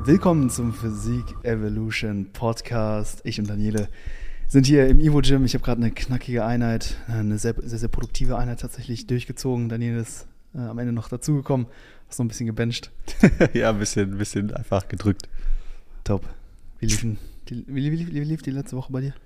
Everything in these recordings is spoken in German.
Willkommen zum Physik Evolution Podcast. Ich und Daniele sind hier im Evo Gym. Ich habe gerade eine knackige Einheit, eine sehr, sehr, sehr produktive Einheit tatsächlich durchgezogen. Daniele ist am Ende noch dazugekommen, hast noch ein bisschen gebencht. Ja, ein bisschen einfach gedrückt. Top. Wie lief die letzte Woche bei dir?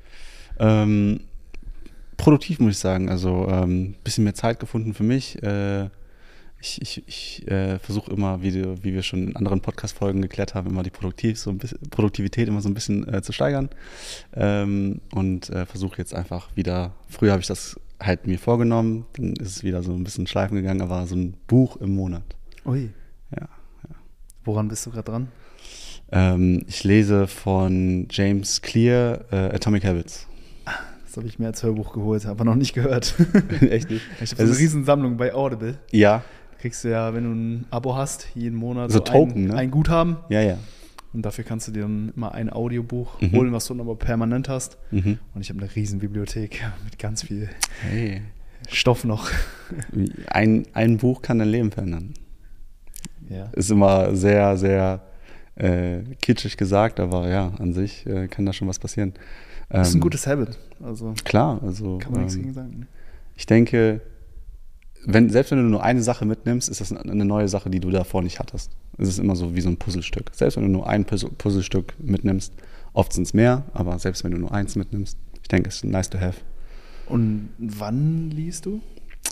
Produktiv, muss ich sagen. Also ein bisschen mehr Zeit gefunden für mich. Ich versuche immer, wie wir schon in anderen Podcast-Folgen geklärt haben, immer die Produktivität immer so ein bisschen zu steigern. Und versuche jetzt einfach wieder, früher habe ich das halt mir vorgenommen, dann ist es wieder so ein bisschen schleifen gegangen, aber so ein Buch im Monat. Ui. Ja. Woran bist du gerade dran? Ich lese von James Clear Atomic Habits. Das habe ich mir als Hörbuch geholt, aber noch nicht gehört. Echt nicht? Ich habe so eine Riesensammlung bei Audible. Ja. Kriegst du ja, wenn du ein Abo hast, jeden Monat so Token, ein Guthaben. Ja. Und dafür kannst du dir dann immer ein Audiobuch holen, was du dann aber permanent hast. Und ich habe eine riesen Bibliothek mit ganz viel Stoff noch. Ein Buch kann dein Leben verändern. Ja. Ist immer sehr, sehr kitschig gesagt, aber ja, an sich kann da schon was passieren. Das ist ein gutes Habit. Also klar, also kann man nichts gegen sagen. Ich denke, selbst wenn du nur eine Sache mitnimmst, ist das eine neue Sache, die du davor nicht hattest. Es ist immer so wie so ein Puzzlestück. Selbst wenn du nur ein Puzzlestück mitnimmst, oft sind es mehr, aber selbst wenn du nur eins mitnimmst, ich denke, es ist nice to have. Und wann liest du?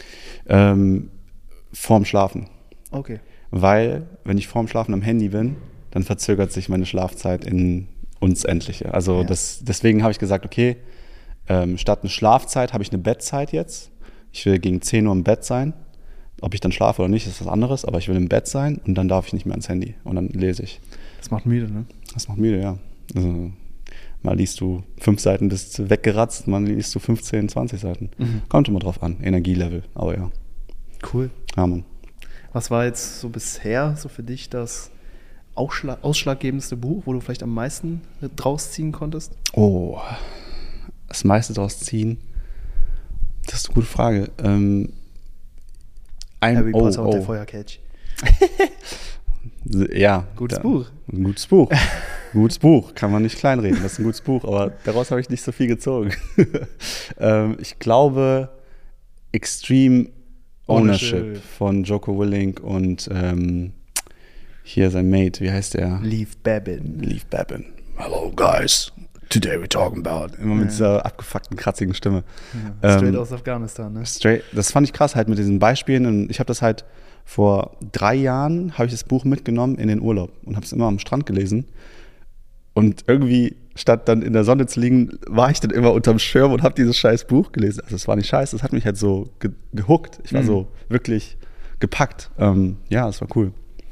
Vorm Schlafen. Okay. Weil, wenn ich vorm Schlafen am Handy bin, dann verzögert sich meine Schlafzeit in uns Endliche. Also ja. Deswegen habe ich gesagt, okay, statt eine Schlafzeit habe ich eine Bettzeit jetzt. Ich will gegen 10 Uhr im Bett sein. Ob ich dann schlafe oder nicht, ist was anderes, aber ich will im Bett sein und dann darf ich nicht mehr ans Handy und dann lese ich. Das macht müde, ne? Das macht müde, ja. Also, mal liest du 5 Seiten, bist weggeratzt, mal liest du 15, 20 Seiten. Kommt immer drauf an, Energielevel, aber ja. Cool. Ja, Mann. Was war jetzt so bisher so für dich das ausschlaggebendste Buch, wo du vielleicht am meisten draus ziehen konntest? Oh, das meiste draus ziehen? Das ist eine gute Frage. Harry Potter und der Feuerkelch. Ja. Gutes Buch. Ein gutes Buch. Gutes Buch, kann man nicht kleinreden. Das ist ein gutes Buch, aber daraus habe ich nicht so viel gezogen. Ich glaube, Extreme Ownership von Jocko Willink und hier sein Mate, wie heißt der? Leaf Babin. Hello guys, today we're talking about. Immer mit dieser abgefuckten, kratzigen Stimme. Ja, straight aus Afghanistan, ne? Das fand ich krass halt mit diesen Beispielen. Und ich habe das halt vor 3 Jahren, habe ich das Buch mitgenommen in den Urlaub und habe es immer am Strand gelesen. Und irgendwie, statt dann in der Sonne zu liegen, war ich dann immer unterm Schirm und habe dieses scheiß Buch gelesen. Also es war nicht scheiße, es hat mich halt so gehuckt. Ich war so wirklich gepackt. Ja, es war cool.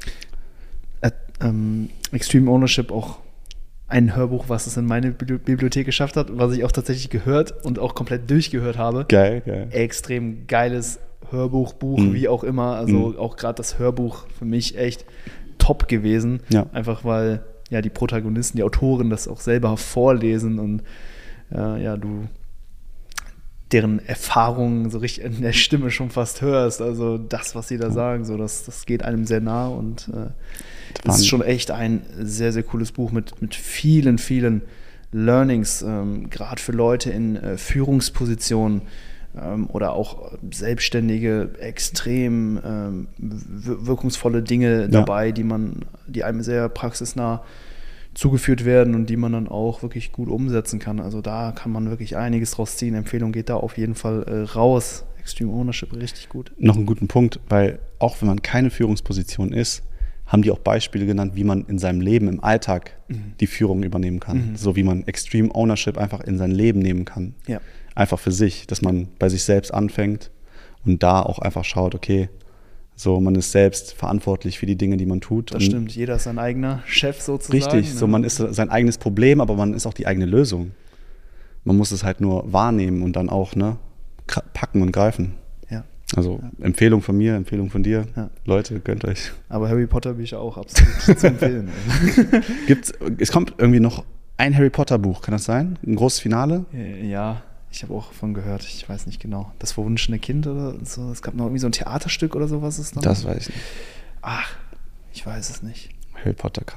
Extreme Ownership auch ein Hörbuch, was es in meine Bibliothek geschafft hat, was ich auch tatsächlich gehört und auch komplett durchgehört habe. Geil. Extrem geiles Hörbuch, wie auch immer. Also auch gerade das Hörbuch für mich echt top gewesen. Ja. Einfach weil die Protagonisten, die Autoren das auch selber vorlesen und du deren Erfahrungen so richtig in der Stimme schon fast hörst. Also das, was sie da sagen, so das geht einem sehr nah und das ist schon echt ein sehr, sehr cooles Buch mit vielen, vielen Learnings, gerade für Leute in Führungspositionen oder auch selbstständige, extrem wirkungsvolle Dinge dabei, die einem sehr praxisnah zugeführt werden und die man dann auch wirklich gut umsetzen kann. Also da kann man wirklich einiges draus ziehen. Empfehlung geht da auf jeden Fall raus. Extreme Ownership, richtig gut. Noch einen guten Punkt, weil auch wenn man keine Führungsposition ist, haben die auch Beispiele genannt, wie man in seinem Leben, im Alltag die Führung übernehmen kann. So wie man Extreme Ownership einfach in sein Leben nehmen kann. Ja. Einfach für sich, dass man bei sich selbst anfängt und da auch einfach schaut, okay, so man ist selbst verantwortlich für die Dinge, die man tut. Das stimmt, jeder ist sein eigener Chef sozusagen. Richtig, so man ist sein eigenes Problem, aber man ist auch die eigene Lösung. Man muss es halt nur wahrnehmen und dann auch packen und greifen. Ja. Also Empfehlung von mir, Empfehlung von dir. Ja. Leute, gönnt euch. Aber Harry Potter Bücher auch absolut zu empfehlen. Es kommt irgendwie noch ein Harry Potter Buch, kann das sein? Ein großes Finale? Ja, ich habe auch davon gehört, ich weiß nicht genau. Das verwunschene Kind oder so. Es gab noch irgendwie so ein Theaterstück oder sowas. Das weiß ich nicht. Ach, ich weiß es nicht. Harry Potter, krass.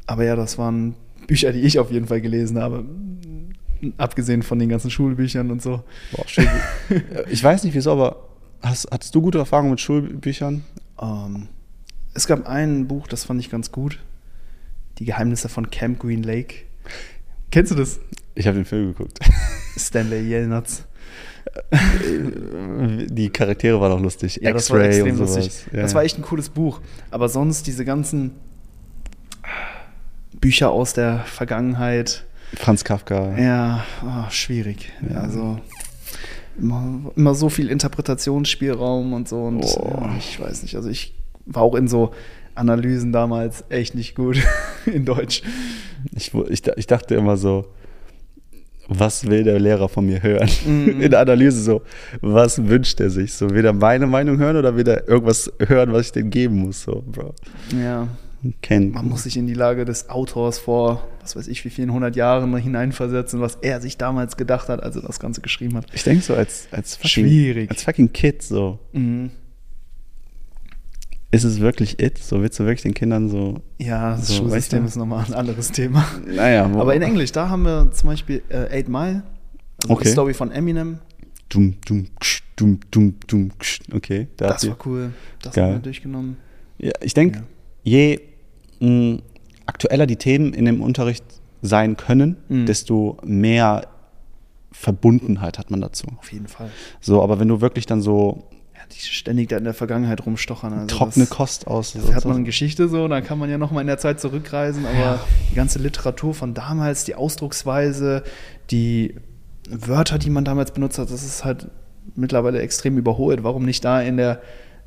Aber ja, das waren Bücher, die ich auf jeden Fall gelesen habe. Abgesehen von den ganzen Schulbüchern und so. Boah, schön. Ich weiß nicht wieso, aber hattest du gute Erfahrungen mit Schulbüchern? Es gab ein Buch, das fand ich ganz gut. Die Geheimnisse von Camp Green Lake. Kennst du das? Ich habe den Film geguckt. Stanley Yelnats. Die Charaktere waren auch lustig. Ja, das war X-Ray extrem und sowas. lustig. Ja. Das war echt ein cooles Buch. Aber sonst diese ganzen Bücher aus der Vergangenheit. Franz Kafka. Ja, schwierig. Ja. Also immer so viel Interpretationsspielraum und so. Und ich weiß nicht, also ich war auch in so Analysen damals echt nicht gut in Deutsch. Ich dachte immer so, was will der Lehrer von mir hören? In der Analyse so, was wünscht er sich? So, will er meine Meinung hören oder will er irgendwas hören, was ich denn geben muss? So, Bro. Ja. Man muss sich in die Lage des Autors vor, was weiß ich, wie vielen 100 Jahren hineinversetzen, was er sich damals gedacht hat, als er das Ganze geschrieben hat. Ich denke so als fucking Kid so. Mhm. Ist es wirklich it? So willst du wirklich den Kindern so... Ja, das so, Schulsystem ist nochmal ein anderes Thema. Naja. Aber in Englisch, da haben wir zum Beispiel 8 Mile, also die Story von Eminem. Okay. Das war cool. Das haben wir durchgenommen. Ja, ich denke, je aktueller die Themen in dem Unterricht sein können, desto mehr Verbundenheit hat man dazu. Auf jeden Fall. So, aber wenn du wirklich dann so die ständig da in der Vergangenheit rumstochern. Also trockene Kost aus. Das hat man in Geschichte so, da kann man ja nochmal in der Zeit zurückreisen, aber die ganze Literatur von damals, die Ausdrucksweise, die Wörter, die man damals benutzt hat, das ist halt mittlerweile extrem überholt. Warum nicht da in der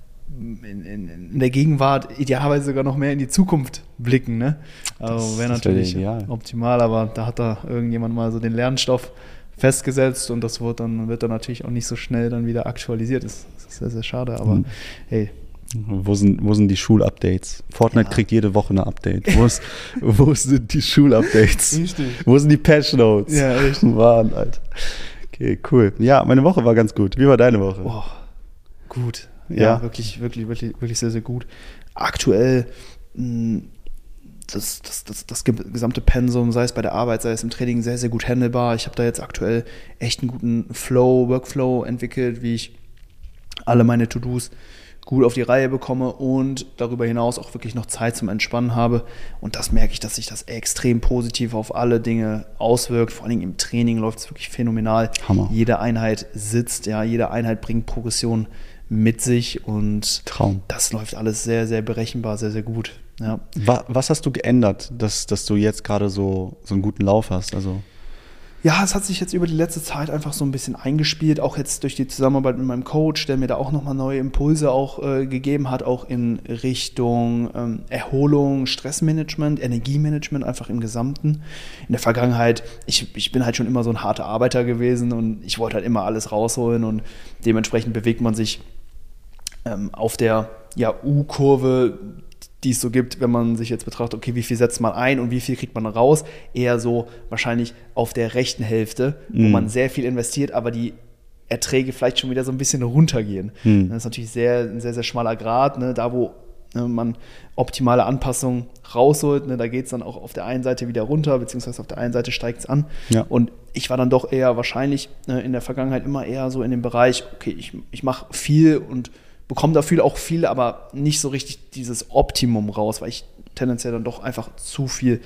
Gegenwart idealerweise sogar noch mehr in die Zukunft blicken, ne? Also wäre natürlich optimal, aber da hat da irgendjemand mal so den Lernstoff festgesetzt und das wird dann natürlich auch nicht so schnell dann wieder aktualisiert. Das ist sehr, sehr schade, aber hey. Wo sind die Schulupdates? Fortnite kriegt jede Woche eine Update. Wo sind die Schulupdates? Richtig. Wo sind die Patch-Notes? Ja, richtig. Mann, Alter. Okay, cool. Ja, meine Woche war ganz gut. Wie war deine Woche? Oh, gut. Ja, wirklich, wirklich, wirklich, wirklich sehr, sehr gut. Aktuell das gesamte Pensum, sei es bei der Arbeit, sei es im Training, sehr, sehr gut handelbar. Ich habe da jetzt aktuell echt einen guten Workflow entwickelt, wie ich alle meine To-Dos gut auf die Reihe bekomme und darüber hinaus auch wirklich noch Zeit zum Entspannen habe. Und das merke ich, dass sich das extrem positiv auf alle Dinge auswirkt. Vor allem im Training läuft es wirklich phänomenal. Hammer. Jede Einheit sitzt, jede Einheit bringt Progression mit sich und Traum. Das läuft alles sehr, sehr berechenbar, sehr, sehr gut. Ja. Was hast du geändert, dass du jetzt gerade so einen guten Lauf hast? Also ja, es hat sich jetzt über die letzte Zeit einfach so ein bisschen eingespielt, auch jetzt durch die Zusammenarbeit mit meinem Coach, der mir da auch nochmal neue Impulse auch gegeben hat, auch in Richtung Erholung, Stressmanagement, Energiemanagement einfach im Gesamten. In der Vergangenheit, ich bin halt schon immer so ein harter Arbeiter gewesen und ich wollte halt immer alles rausholen und dementsprechend bewegt man sich auf der U-Kurve, die es so gibt, wenn man sich jetzt betrachtet, okay, wie viel setzt man ein und wie viel kriegt man raus, eher so wahrscheinlich auf der rechten Hälfte, wo man sehr viel investiert, aber die Erträge vielleicht schon wieder so ein bisschen runtergehen. Das ist natürlich ein sehr, sehr schmaler Grat, ne? Da wo man optimale Anpassungen rausholt, ne? Da geht es dann auch auf der einen Seite wieder runter, beziehungsweise auf der einen Seite steigt es an. Ja. Und ich war dann doch eher wahrscheinlich in der Vergangenheit immer eher so in dem Bereich, okay, ich mache viel und bekomme dafür auch viel, aber nicht so richtig dieses Optimum raus, weil ich tendenziell dann doch einfach zu viel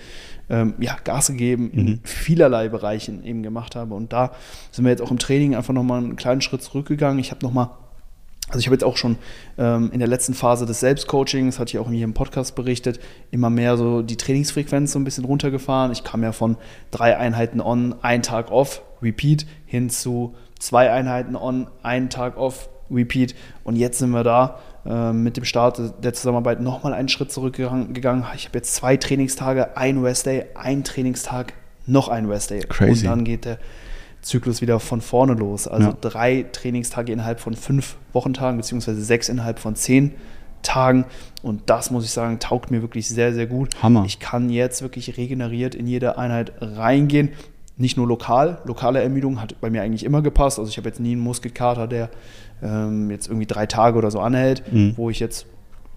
Gas gegeben in vielerlei Bereichen eben gemacht habe. Und da sind wir jetzt auch im Training einfach nochmal einen kleinen Schritt zurückgegangen. Ich habe jetzt auch schon in der letzten Phase des Selbstcoachings, hatte ich auch hier im Podcast berichtet, immer mehr so die Trainingsfrequenz so ein bisschen runtergefahren. Ich kam ja von 3 Einheiten on, 1 Tag off, Repeat, hin zu 2 Einheiten on, 1 Tag off, Repeat. Und jetzt sind wir da mit dem Start der Zusammenarbeit nochmal einen Schritt zurückgegangen. Ich habe jetzt 2 Trainingstage, 1 Restday, 1 Trainingstag, noch ein Restday. Crazy. Und dann geht der Zyklus wieder von vorne los. Also 3 Trainingstage innerhalb von 5 Wochentagen, beziehungsweise 6 innerhalb von 10 Tagen. Und das, muss ich sagen, taugt mir wirklich sehr, sehr gut. Hammer. Ich kann jetzt wirklich regeneriert in jede Einheit reingehen. Nicht nur lokale Ermüdung hat bei mir eigentlich immer gepasst. Also ich habe jetzt nie einen Muskelkater, der jetzt irgendwie 3 Tage oder so anhält, wo ich jetzt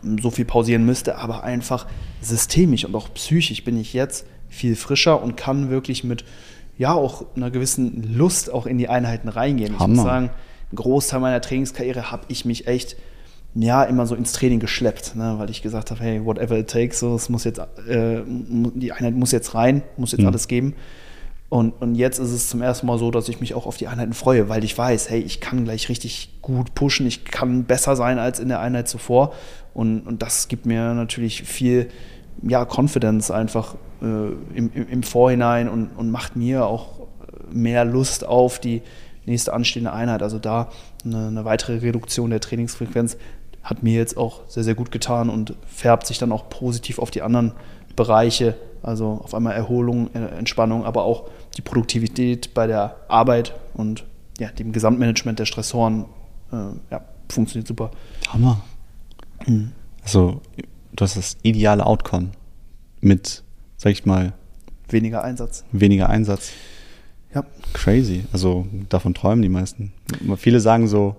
so viel pausieren müsste, aber einfach systemisch und auch psychisch bin ich jetzt viel frischer und kann wirklich mit auch einer gewissen Lust auch in die Einheiten reingehen. Hammer. Ich muss sagen, einen Großteil meiner Trainingskarriere habe ich mich echt immer so ins Training geschleppt, ne, weil ich gesagt habe, hey, whatever it takes, so, es muss jetzt, die Einheit muss jetzt rein, muss jetzt alles geben. Und jetzt ist es zum ersten Mal so, dass ich mich auch auf die Einheiten freue, weil ich weiß, hey, ich kann gleich richtig gut pushen, ich kann besser sein als in der Einheit zuvor. Und das gibt mir natürlich viel Confidence einfach im Vorhinein und macht mir auch mehr Lust auf die nächste anstehende Einheit. Also da eine weitere Reduktion der Trainingsfrequenz hat mir jetzt auch sehr, sehr gut getan und färbt sich dann auch positiv auf die anderen Bereiche, also auf einmal Erholung, Entspannung, aber auch die Produktivität bei der Arbeit und dem Gesamtmanagement der Stressoren funktioniert super. Hammer. Also du hast das ideale Outcome mit, sag ich mal, weniger Einsatz. Ja. Crazy. Also davon träumen die meisten. Viele sagen so,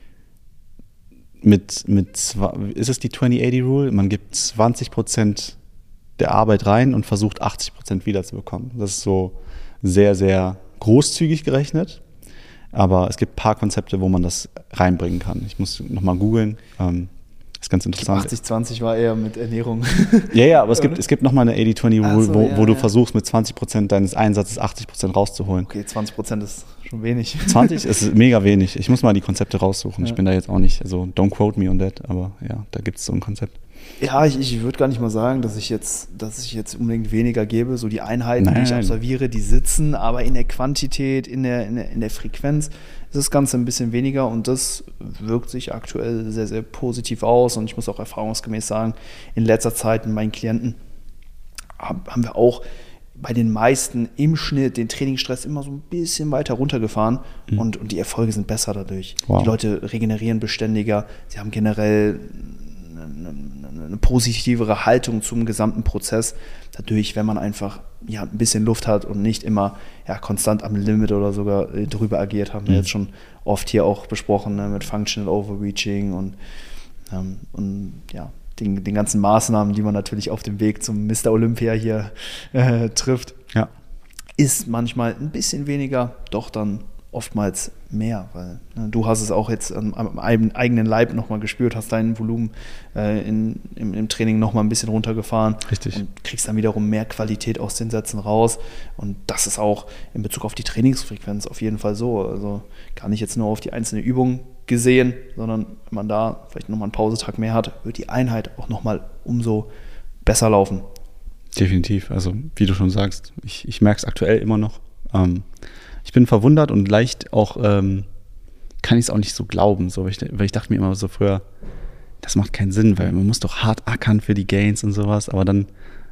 ist es die 20-80 Rule? Man gibt 20% der Arbeit rein und versucht 80% wiederzubekommen. Das ist so sehr, sehr großzügig gerechnet. Aber es gibt ein paar Konzepte, wo man das reinbringen kann. Ich muss nochmal googeln. Ist ganz interessant. 80-20 war eher mit Ernährung. Ja, aber es gibt nochmal eine 80-20 Rule, wo du versuchst, mit 20% deines Einsatzes 80% rauszuholen. Okay, 20% ist schon wenig. 20 ist mega wenig. Ich muss mal die Konzepte raussuchen. Ich bin da jetzt auch nicht, also don't quote me on that, aber ja, da gibt es so ein Konzept. Ja, ich würde gar nicht mal sagen, dass ich jetzt unbedingt weniger gebe. So die Einheiten, die ich absolviere, die sitzen, aber in der Quantität, in der Frequenz ist das Ganze ein bisschen weniger und das wirkt sich aktuell sehr, sehr positiv aus. Und ich muss auch erfahrungsgemäß sagen, in letzter Zeit mit meinen Klienten haben wir auch bei den meisten im Schnitt den Trainingsstress immer so ein bisschen weiter runtergefahren und die Erfolge sind besser dadurch. Wow. Die Leute regenerieren beständiger, sie haben generell eine positivere Haltung zum gesamten Prozess. Dadurch, wenn man einfach ein bisschen Luft hat und nicht immer konstant am Limit oder sogar drüber agiert, haben wir jetzt schon oft hier auch besprochen, ne, mit Functional Overreaching und den ganzen Maßnahmen, die man natürlich auf dem Weg zum Mr. Olympia hier trifft, ist manchmal ein bisschen weniger, doch dann oftmals mehr, weil du hast es auch jetzt am eigenen Leib nochmal gespürt, hast dein Volumen im Training nochmal ein bisschen runtergefahren. Richtig. Und kriegst dann wiederum mehr Qualität aus den Sätzen raus und das ist auch in Bezug auf die Trainingsfrequenz auf jeden Fall so, also gar nicht jetzt nur auf die einzelne Übung gesehen, sondern wenn man da vielleicht nochmal einen Pausetag mehr hat, wird die Einheit auch nochmal umso besser laufen. Definitiv, also wie du schon sagst, ich merke es aktuell immer noch. Ich bin verwundert und leicht auch, kann ich es auch nicht so glauben, so, weil ich dachte mir immer so früher, das macht keinen Sinn, weil man muss doch hart ackern für die Gains und sowas, aber dann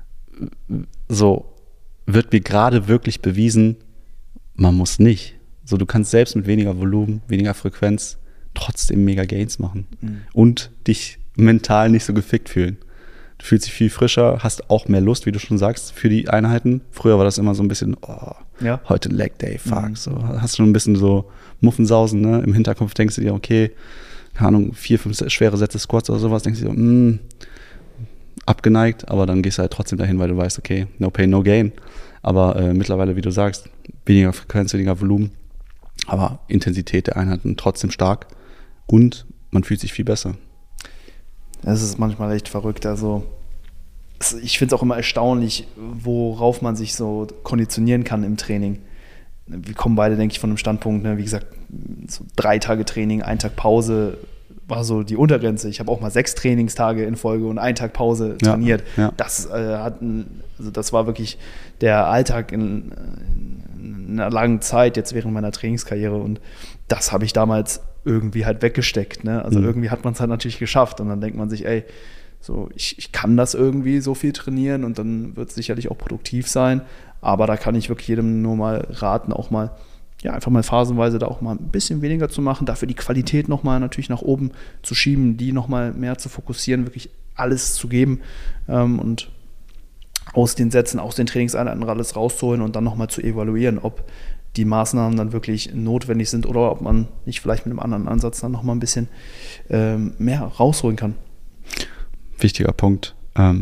so wird mir gerade wirklich bewiesen, man muss nicht. So, du kannst selbst mit weniger Volumen, weniger Frequenz trotzdem mega Gains machen und dich mental nicht so gefickt fühlen. Du fühlst dich viel frischer, hast auch mehr Lust, wie du schon sagst, für die Einheiten. Früher war das immer so ein bisschen, heute Leg Day, fuck. So, hast schon ein bisschen so Muffensausen, ne? Im Hinterkopf denkst du dir, okay, keine Ahnung, 4, 5 schwere Sätze Squats oder sowas, denkst du dir, abgeneigt, aber dann gehst du halt trotzdem dahin, weil du weißt, okay, no pain, no gain. Aber mittlerweile, wie du sagst, weniger Frequenz, weniger Volumen, aber Intensität der Einheiten trotzdem stark und man fühlt sich viel besser. Es ist manchmal echt verrückt. Also ich finde es auch immer erstaunlich, worauf man sich so konditionieren kann im Training. Wir kommen beide, denke ich, von einem Standpunkt, ne, wie gesagt, so 3 Tage Training, 1 Tag Pause war so die Untergrenze. Ich habe auch mal 6 Trainingstage in Folge und 1 Tag Pause trainiert. Ja. Das das war wirklich der Alltag in einer langen Zeit, jetzt während meiner Trainingskarriere. Und das habe ich damals irgendwie halt weggesteckt. Ne? Also irgendwie hat man es halt natürlich geschafft. Und dann denkt man sich, ey, so ich kann das irgendwie so viel trainieren und dann wird es sicherlich auch produktiv sein. Aber da kann ich wirklich jedem nur mal raten, auch mal einfach mal phasenweise da auch mal ein bisschen weniger zu machen, dafür die Qualität nochmal natürlich nach oben zu schieben, die nochmal mehr zu fokussieren, wirklich alles zu geben und aus den Sätzen, aus den Trainingseinheiten alles rauszuholen und dann nochmal zu evaluieren, ob die Maßnahmen dann wirklich notwendig sind oder ob man nicht vielleicht mit einem anderen Ansatz dann nochmal ein bisschen mehr rausholen kann. wichtiger Punkt.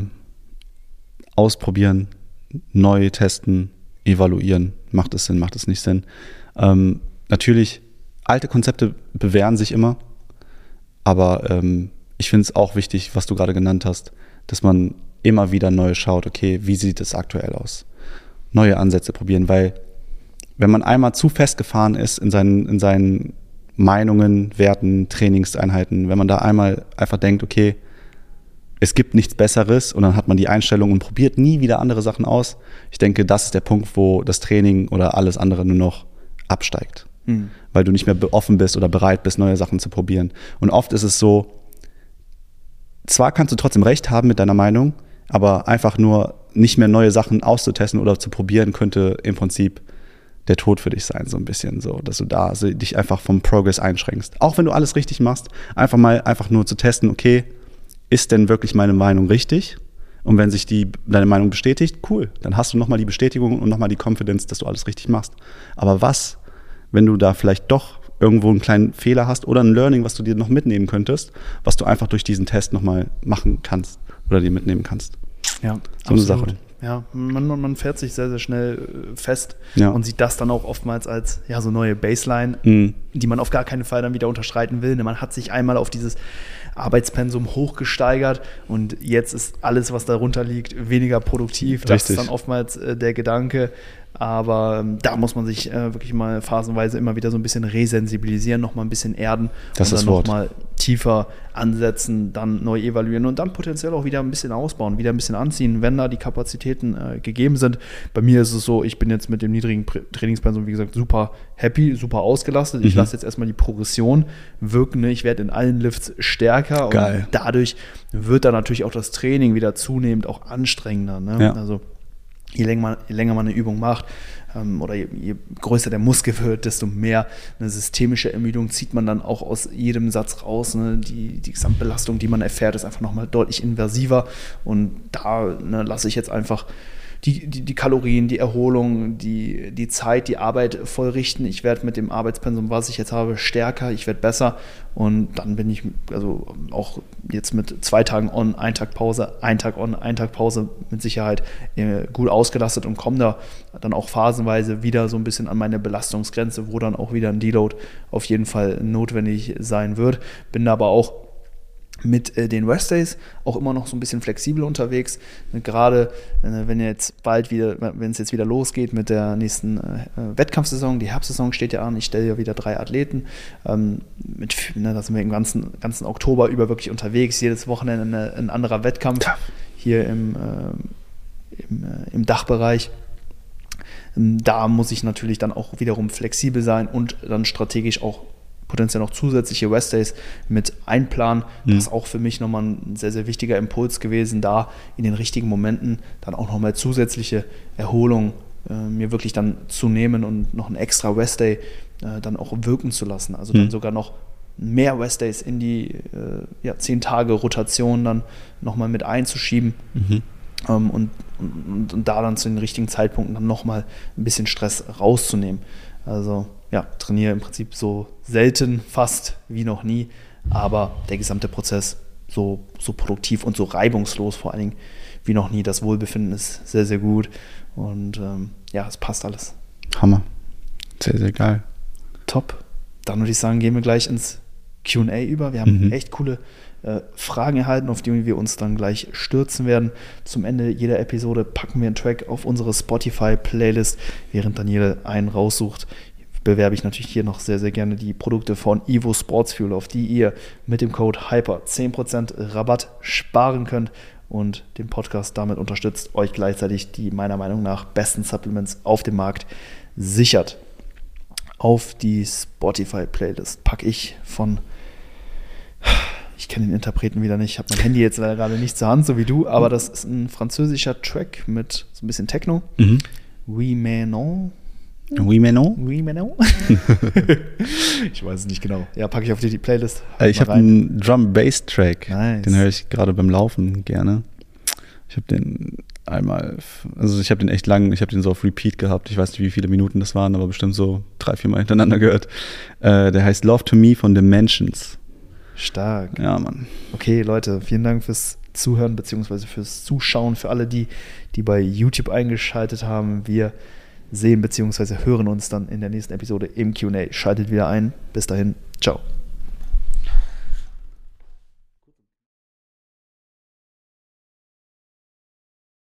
Ausprobieren, neu testen, evaluieren. Macht es Sinn, macht es nicht Sinn? Natürlich, alte Konzepte bewähren sich immer, aber ich finde es auch wichtig, was du gerade genannt hast, dass man immer wieder neu schaut, okay, wie sieht es aktuell aus? Neue Ansätze probieren, weil wenn man einmal zu festgefahren ist in seinen Meinungen, Werten, Trainingseinheiten, wenn man da einmal einfach denkt, okay, es gibt nichts Besseres und dann hat man die Einstellung und probiert nie wieder andere Sachen aus. Ich denke, das ist der Punkt, wo das Training oder alles andere nur noch absteigt, weil du nicht mehr offen bist oder bereit bist, neue Sachen zu probieren. Und oft ist es so, zwar kannst du trotzdem recht haben mit deiner Meinung, aber einfach nur nicht mehr neue Sachen auszutesten oder zu probieren, könnte im Prinzip der Tod für dich sein, so ein bisschen so, dass du da dich einfach vom Progress einschränkst. Auch wenn du alles richtig machst, einfach nur zu testen, okay, ist denn wirklich meine Meinung richtig? Und wenn sich deine Meinung bestätigt, cool, dann hast du nochmal die Bestätigung und nochmal die Confidence, dass du alles richtig machst. Aber was, wenn du da vielleicht doch irgendwo einen kleinen Fehler hast oder ein Learning, was du dir noch mitnehmen könntest, was du einfach durch diesen Test nochmal machen kannst oder dir mitnehmen kannst? Ja, so eine Sache. Ja, man fährt sich sehr, sehr schnell fest und sieht das dann auch oftmals als so neue Baseline, die man auf gar keinen Fall dann wieder unterschreiten will. Man hat sich einmal auf dieses Arbeitspensum hochgesteigert und jetzt ist alles, was darunter liegt, weniger produktiv. Das ist dann oftmals der Gedanke. Aber da muss man sich wirklich mal phasenweise immer wieder so ein bisschen resensibilisieren, nochmal ein bisschen erden das und dann Wort. Nochmal tiefer ansetzen, dann neu evaluieren und dann potenziell auch wieder ein bisschen ausbauen, wieder ein bisschen anziehen, wenn da die Kapazitäten gegeben sind. Bei mir ist es so, ich bin jetzt mit dem niedrigen Trainingspensum, wie gesagt, super happy, super ausgelastet. Ich lasse jetzt erstmal die Progression wirken. Ne? Ich werde in allen Lifts stärker. Geil. Und dadurch wird dann natürlich auch das Training wieder zunehmend auch anstrengender. Ne? Ja. Also je länger man eine Übung macht oder je größer der Muskel wird, desto mehr eine systemische Ermüdung zieht man dann auch aus jedem Satz raus. Ne? Die Gesamtbelastung, die man erfährt, ist einfach nochmal deutlich invasiver. Und da lasse ich jetzt einfach die Kalorien, die Erholung, die Zeit, die Arbeit voll richten. Ich werde mit dem Arbeitspensum, was ich jetzt habe, stärker, ich werde besser und dann bin ich also auch jetzt mit 2 Tagen on, 1 Tag Pause, 1 Tag on, 1 Tag Pause mit Sicherheit gut ausgelastet und komme da dann auch phasenweise wieder so ein bisschen an meine Belastungsgrenze, wo dann auch wieder ein Deload auf jeden Fall notwendig sein wird. Bin da aber auch mit den Restdays auch immer noch so ein bisschen flexibel unterwegs. Gerade wenn es jetzt wieder losgeht mit der nächsten Wettkampfsaison, die Herbstsaison steht ja an, ich stelle ja wieder 3 Athleten. Da sind wir im ganzen Oktober über wirklich unterwegs, jedes Wochenende ein anderer Wettkampf hier im Dachbereich. Da muss ich natürlich dann auch wiederum flexibel sein und dann strategisch auch potenziell noch zusätzliche Restdays mit einplanen. Das ist auch für mich nochmal ein sehr, sehr wichtiger Impuls gewesen, da in den richtigen Momenten dann auch nochmal zusätzliche Erholung mir wirklich dann zu nehmen und noch einen extra Restday dann auch wirken zu lassen. Also dann sogar noch mehr Restdays in die 10 Tage Rotation dann nochmal mit einzuschieben. Und da dann zu den richtigen Zeitpunkten dann nochmal ein bisschen Stress rauszunehmen. Also trainiere im Prinzip so selten fast wie noch nie, aber der gesamte Prozess so produktiv und so reibungslos vor allen Dingen wie noch nie. Das Wohlbefinden ist sehr, sehr gut und es passt alles. Hammer. Sehr, sehr geil. Top. Dann würde ich sagen, gehen wir gleich ins Q&A über. Wir haben echt coole Fragen erhalten, auf die wir uns dann gleich stürzen werden. Zum Ende jeder Episode packen wir einen Track auf unsere Spotify-Playlist, während Daniel einen raussucht. Bewerbe ich natürlich hier noch sehr, sehr gerne die Produkte von Evo Sports Fuel, auf die ihr mit dem Code HYPER 10% Rabatt sparen könnt und den Podcast damit unterstützt, euch gleichzeitig die meiner Meinung nach besten Supplements auf dem Markt sichert. Auf die Spotify-Playlist packe ich ich kenne den Interpreten wieder nicht, ich habe mein Handy jetzt leider gerade nicht zur Hand, so wie du, aber das ist ein französischer Track mit so ein bisschen Techno. Oui, mais non. Oui, mais non? Oui, mais non. Ich weiß es nicht genau. Ja, packe ich auf die Playlist. Ich habe einen Drum-Bass-Track. Nice. Den höre ich gerade beim Laufen gerne. Ich habe den ich habe den echt lang, ich habe den so auf Repeat gehabt. Ich weiß nicht, wie viele Minuten das waren, aber bestimmt so 3-4 Mal hintereinander gehört. Der heißt Love to Me von Dimensions. Stark. Ja, Mann. Okay, Leute, vielen Dank fürs Zuhören bzw. fürs Zuschauen, für alle die bei YouTube eingeschaltet haben. Wir sehen bzw. hören uns dann in der nächsten Episode im Q&A. Schaltet wieder ein. Bis dahin. Ciao.